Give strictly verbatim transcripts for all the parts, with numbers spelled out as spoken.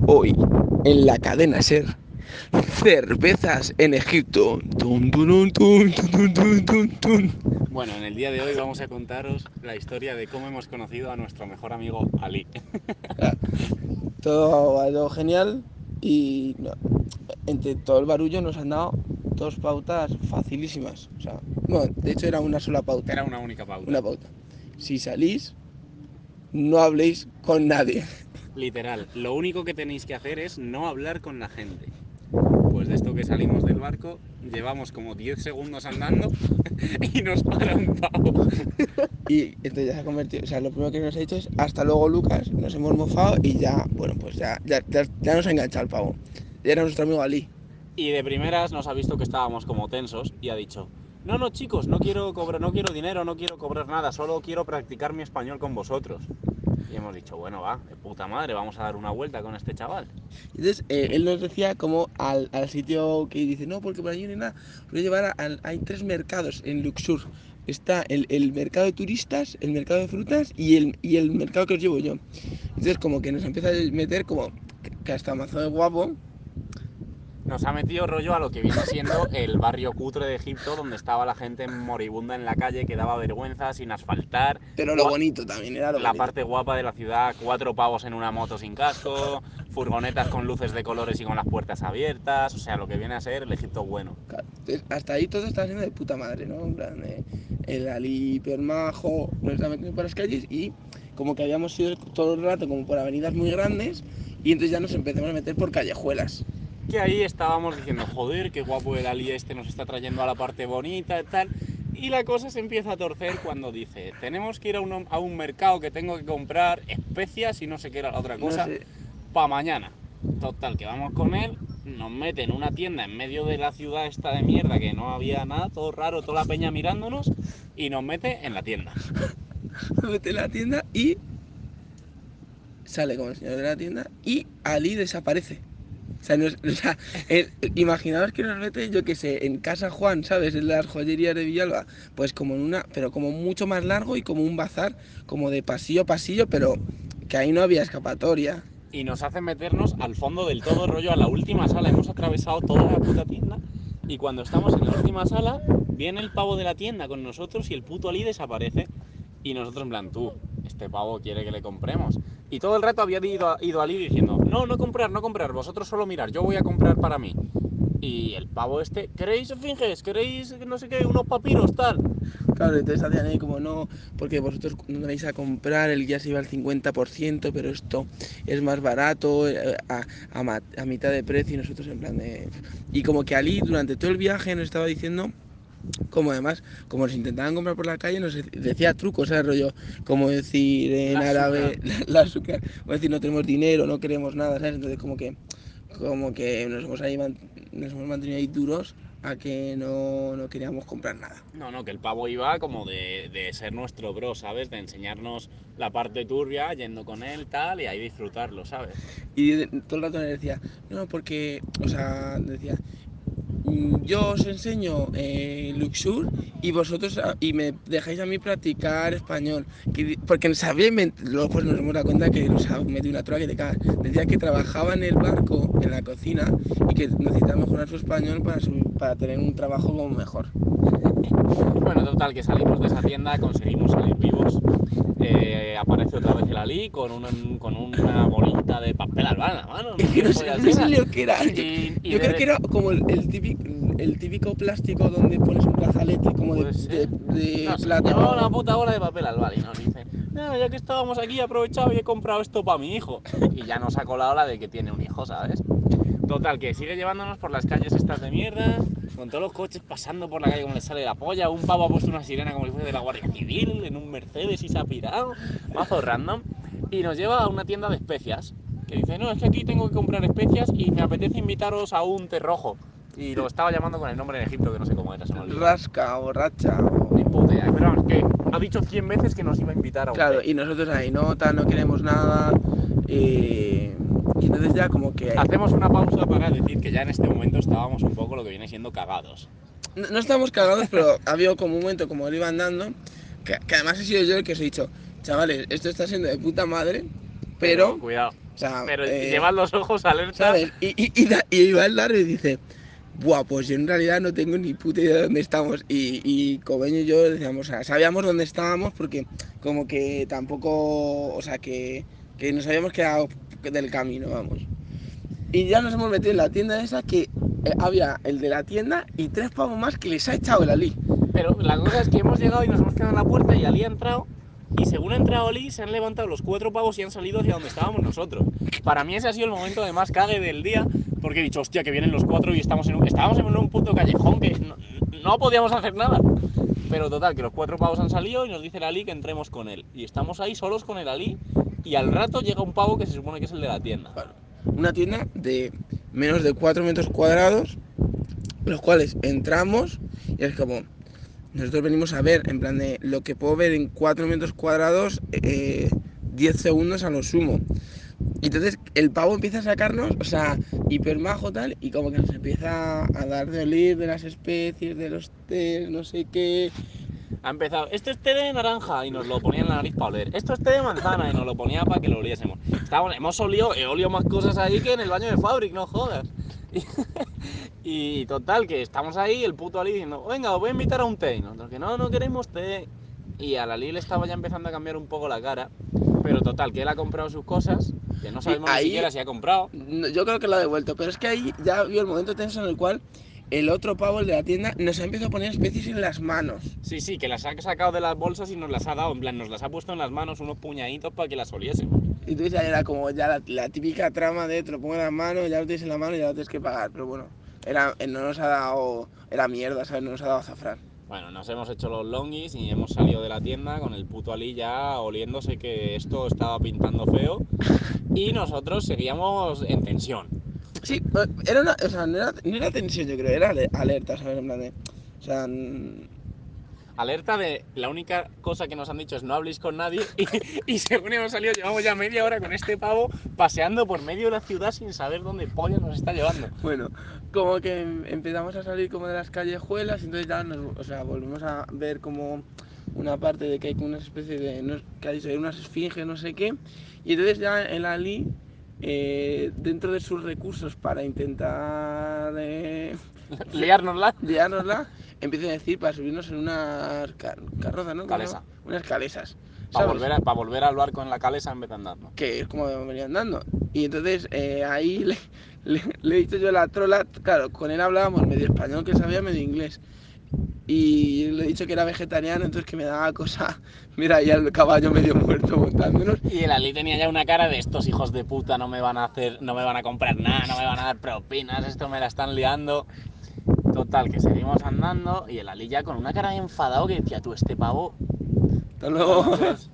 Hoy, en la cadena SER, cervezas en Egipto. Tun, tun, tun, tun, tun, tun, tun. Bueno, en el día de hoy vamos a contaros la historia de cómo hemos conocido a nuestro mejor amigo Ali. Ah, todo ha ido genial y no, entre todo el barullo nos han dado dos pautas facilísimas. O sea, bueno, de hecho era una sola pauta. Era una única pauta. Una pauta. Si salís, no habléis con nadie. Literal, lo único que tenéis que hacer es no hablar con la gente. Pues de esto que salimos del barco, llevamos como diez segundos andando y nos para un pavo. Y entonces ya se ha convertido, o sea, lo primero que nos ha dicho es hasta luego Lucas, nos hemos mofado y ya, bueno, pues ya, ya, ya, ya nos ha enganchado el pavo. Ya era nuestro amigo Ali. Y de primeras nos ha visto que estábamos como tensos y ha dicho: no, no chicos, no quiero cobrar, no quiero dinero, no quiero cobrar nada, solo quiero practicar mi español con vosotros. Y hemos dicho, bueno, va, de puta madre, vamos a dar una vuelta con este chaval. Entonces eh, él nos decía como al, al sitio que dice, no, porque por allí no hay nada, os voy a llevar a, a- hay tres mercados en Luxor. Está el, el mercado de turistas, el mercado de frutas y el, y el mercado que os llevo yo. Entonces como que nos empieza a meter como que, que hasta mazo de guapo. Nos ha metido rollo a lo que viene siendo el barrio cutre de Egipto, donde estaba la gente moribunda en la calle, que daba vergüenza, sin asfaltar. Pero lo bonito también, era lo La bonito. parte guapa de la ciudad, cuatro pavos en una moto sin casco, furgonetas con luces de colores y con las puertas abiertas, o sea, lo que viene a ser el Egipto bueno. Claro, entonces, hasta ahí todo está siendo de puta madre, ¿no? En plan, eh, el Ali hipermajo nos está metiendo por las calles y como que habíamos ido todo el rato como por avenidas muy grandes y entonces ya nos empezamos a meter por callejuelas. Que ahí estábamos diciendo, joder, qué guapo el Ali este nos está trayendo a la parte bonita y tal. Y la cosa se empieza a torcer cuando dice, tenemos que ir a un, a un mercado que tengo que comprar especias y no sé qué era la otra No cosa, sé, para mañana. Total, que vamos con él, nos mete en una tienda en medio de la ciudad esta de mierda, que no había nada, todo raro, toda la peña mirándonos, y nos mete en la tienda. me mete en la tienda y sale como el señor de la tienda y Ali desaparece. O sea, nos- o sea, eh, imaginaos que nos mete, yo que sé, en Casa Juan, ¿sabes? En las joyerías de Villalba. Pues como en una, pero como mucho más largo y como un bazar, como de pasillo a pasillo, pero que ahí no había escapatoria. Y nos hace meternos al fondo del todo, rollo a la última sala. Hemos atravesado toda la puta tienda y cuando estamos en la última sala viene el pavo de la tienda con nosotros y el puto Ali desaparece. Y nosotros en plan, tú, este pavo quiere que le compremos. Y todo el rato había ido, ido Ali diciendo, no, no comprar, no comprar, vosotros solo mirar, yo voy a comprar para mí. Y el pavo este, ¿queréis finges? ¿Queréis no sé qué, unos papiros, tal? Claro, entonces hacían ahí como no, porque vosotros no vais a comprar, el guía se iba al cincuenta por ciento, pero esto es más barato, eh, a, a, a mitad de precio y nosotros en plan de... Y como que Ali durante todo el viaje nos estaba diciendo como además, como nos intentaban comprar por la calle, nos decía trucos, ¿sabes? Rollo, como decir en La azúcar. árabe, la, la azúcar, o decir no tenemos dinero, no queremos nada, ¿sabes? Entonces como que, como que nos hemos, ahí, nos hemos mantenido ahí duros a que no, no queríamos comprar nada. No, no, que el pavo iba como de, de ser nuestro bro, ¿sabes? De enseñarnos la parte turbia, yendo con él, tal, y ahí disfrutarlo, ¿sabes? Y todo el rato me decía, no, porque, o sea, decía, yo os enseño eh, Luxur y vosotros y me dejáis a mí practicar español. Que, porque sabía, luego pues nos hemos dado cuenta que nos ha metido una trola que te cagas. Decía que trabajaba en el barco, en la cocina, y que necesitaba mejorar su español para, su, para tener un trabajo como mejor. Bueno, total, que salimos de esa tienda, conseguimos salir vivos. Eh, aparece otra vez el Ali con, un, con una bolita de papel albal en la mano, no Es sé que qué no sé, pollas no sé era. lo que era. Yo, Y, y yo creo que de, era como el, el, típico, el típico plástico donde pones un brazalete como de, puede de, ser, de no sé, llevaba una plátano. puta bola de papel albal y nos dice, no, ya que estábamos aquí he aprovechado y he comprado esto para mi hijo. Y ya nos ha colado la de que tiene un hijo, ¿sabes? Total, que sigue llevándonos por las calles estas de mierda, con todos los coches pasando por la calle como les sale la polla. Un pavo ha puesto una sirena como si fuese de la Guardia Civil en un Mercedes y se ha pirado. Mazo random. Y nos lleva a una tienda de especias. Que dice, no, es que aquí tengo que comprar especias y me apetece invitaros a un té rojo. Y lo estaba llamando con el nombre de Egipto, que no sé cómo era, se me olvidó. Rasca o racha Ni o... puta idea. Pero vamos, que ha dicho cien veces que nos iba a invitar a un Claro, té. y nosotros ahí nota, no queremos nada. eh, y entonces ya como que... Hacemos una pausa para decir que ya en este momento estábamos un poco lo que viene siendo cagados. No, no estamos cagados, pero ha habido como un momento como él iba andando, que, que además he sido yo el que os he dicho, chavales, esto está siendo de puta madre, Pero pero cuidado. sea, Pero eh, llevan los ojos alerta. ¿sabes? Y, y, y, da- y va el Larry y dice, buah, pues yo en realidad no tengo ni puta idea de dónde estamos. Y, y Cobeño y yo decíamos, o sea, sabíamos dónde estábamos porque como que tampoco, o sea, que, que nos habíamos quedado del camino, vamos. Y ya nos hemos metido en la tienda esa que eh, había el de la tienda y tres pavos más que les ha echado el Ali. Pero la cosa es que hemos llegado y nos hemos quedado en la puerta y Ali ha entrado. Y según ha entrado Ali, se han levantado los cuatro pavos y han salido hacia donde estábamos nosotros. Para mí ese ha sido el momento de más cague del día, porque he dicho, hostia, que vienen los cuatro y estamos en un, estábamos en un puto callejón que no, no podíamos hacer nada. Pero total, que los cuatro pavos han salido y nos dice el Ali que entremos con él. Y estamos ahí solos con el Ali y al rato llega un pavo que se supone que es el de la tienda. Claro. Una tienda de menos de cuatro metros cuadrados, los cuales entramos y es como, nosotros venimos a ver, en plan de lo que puedo ver en cuatro metros cuadrados, eh, diez segundos a lo sumo. Y entonces el pavo empieza a sacarnos, o sea, hiper majo tal, y como que nos empieza a dar de oler de las especies, de los tés, no sé qué. Ha empezado, esto es té de naranja y nos lo ponía en la nariz para oler. Esto es té de manzana y nos lo ponía para que lo oliésemos. Estábamos, hemos olido, he olido más cosas ahí que en el baño de Fabric, no jodas. Y, y total, que estamos ahí, el puto Ali diciendo, venga, os voy a invitar a un té. Y nosotros que no, no queremos té. Y a la Ali le estaba ya empezando a cambiar un poco la cara. Pero total, que él ha comprado sus cosas, que no sabemos ahí, ni siquiera si ha comprado. Yo creo que lo ha devuelto, pero es que ahí ya vio el momento tenso en el cual el otro pavo, el de la tienda, nos ha empezado a poner especies en las manos. Sí, sí, que las ha sacado de las bolsas y nos las ha dado, en plan, nos las ha puesto en las manos unos puñaditos para que las oliésemos. Y entonces ya era como ya la, la típica trama de te lo pongo en las manos, ya lo tienes en la mano y ya lo tienes que pagar. Pero bueno, era, no nos ha dado, era mierda, ¿sabes? No nos ha dado azafrán. Bueno, nos hemos hecho los longis y hemos salido de la tienda con el puto Ali ya oliéndose que esto estaba pintando feo y nosotros seguíamos en tensión. Sí, era una, o sea, no era, no era tensión, yo creo, era alerta, ¿sabes? En plan de, o sea, Alerta de la única cosa que nos han dicho es no habléis con nadie y, y según hemos salido llevamos ya media hora con este pavo paseando por medio de la ciudad sin saber dónde pollas nos está llevando. Bueno, como que empezamos a salir como de las callejuelas y entonces ya nos, o sea, volvemos a ver como una parte de que hay como una especie de, no, que hay unas esfinges, no sé qué, y entonces ya el Ali, eh, dentro de sus recursos para intentar eh, liárnosla, liárnosla, empieza a decir para subirnos en unas car carrozas, ¿no? Calesa. Unas calesas. Para volver, pa volver al barco en la calesa en vez de andando. Que es como venía andando. Y entonces eh, ahí le, le, le he dicho yo a la trola, claro, con él hablábamos medio español que sabía, medio inglés. Y le he dicho que era vegetariano, entonces que me daba cosa. Mira, ya el caballo medio muerto montándonos. Y el Ali tenía ya una cara de estos hijos de puta, no me van a hacer, no me van a comprar nada, no me van a dar propinas, esto me la están liando. Total, que seguimos andando y el Ali ya con una cara de enfadado que decía, tú, este pavo... Hasta luego.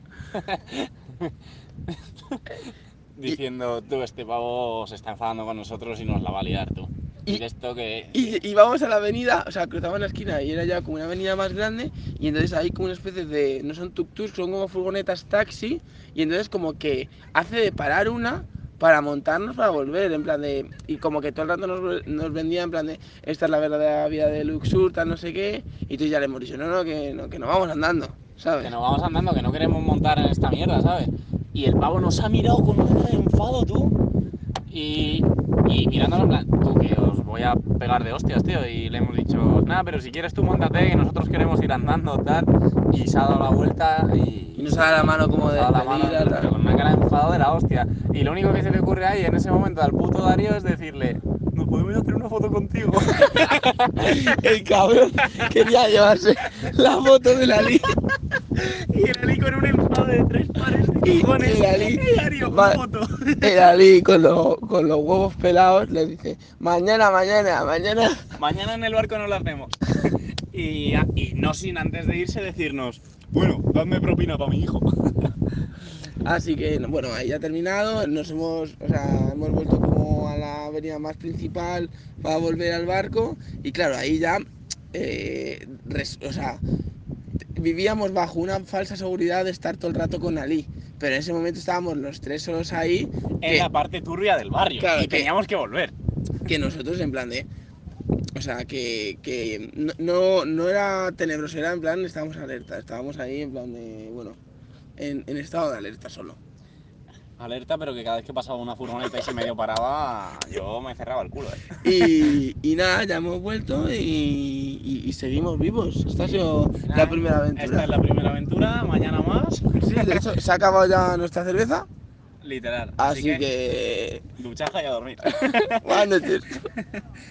Diciendo, tú, este pavo se está enfadando con nosotros y nos la va a liar, tú. Y, esto que... y, y vamos a la avenida, o sea, cruzamos la esquina y era ya como una avenida más grande y entonces hay como una especie de, no son tuk-tuks, son como furgonetas taxi y entonces como que hace de parar una para montarnos para volver, en plan de, y como que todo el rato nos, nos vendía en plan de, esta es la verdadera vida de Luxur, tal no sé qué, y tú ya le hemos dicho, no, no, que no, que no vamos andando, ¿sabes? Que nos vamos andando, que no queremos montar en esta mierda, ¿sabes? Y el pavo nos ha mirado con una cara de enfado, tú, y... Y mirándonos en plan, tú, que os voy a pegar de hostias, tío. Y le hemos dicho, nada, pero si quieres tú montate, que nosotros queremos ir andando, tal. Y se ha dado la vuelta y... Y nos ha dado la mano como de despedida, pero con una cara de enfado de la hostia. Y lo único que se le ocurre ahí en ese momento al puto Darío es decirle, ¿no podemos hacer una foto contigo? El cabrón quería llevarse la foto de la Ali. Y el Ali con un enfado de tres pares de cojones. Y el Ali, y Darío, una foto. El Ali con, lo, con los huevos pelados le dice, mañana, mañana, mañana. Mañana en el barco nos lo hacemos. Y, y no sin antes de irse decirnos, bueno, dadme propina para mi hijo. Así que, bueno, ahí ya ha terminado, nos hemos, o sea, hemos vuelto como a la avenida más principal para volver al barco y claro, ahí ya, eh, res, o sea, vivíamos bajo una falsa seguridad de estar todo el rato con Ali, pero en ese momento estábamos los tres solos ahí. En que, la parte turbia del barrio, claro, y teníamos que, que volver. Que nosotros en plan de... O sea, que, que no, no era tenebroso, era en plan, estábamos alerta, estábamos ahí en plan de, bueno, en, en estado de alerta solo. Alerta, pero que cada vez que pasaba una furgoneta y se medio paraba, yo me cerraba el culo, ¿eh? Y, y nada, ya hemos vuelto y, y- y seguimos vivos. Esta ha sido Nada, la primera aventura. Esta es la primera aventura, mañana más. Sí, de hecho, se ha acabado ya nuestra cerveza, Literal. así Así que, que... duchaja y a dormir. Buenas noches.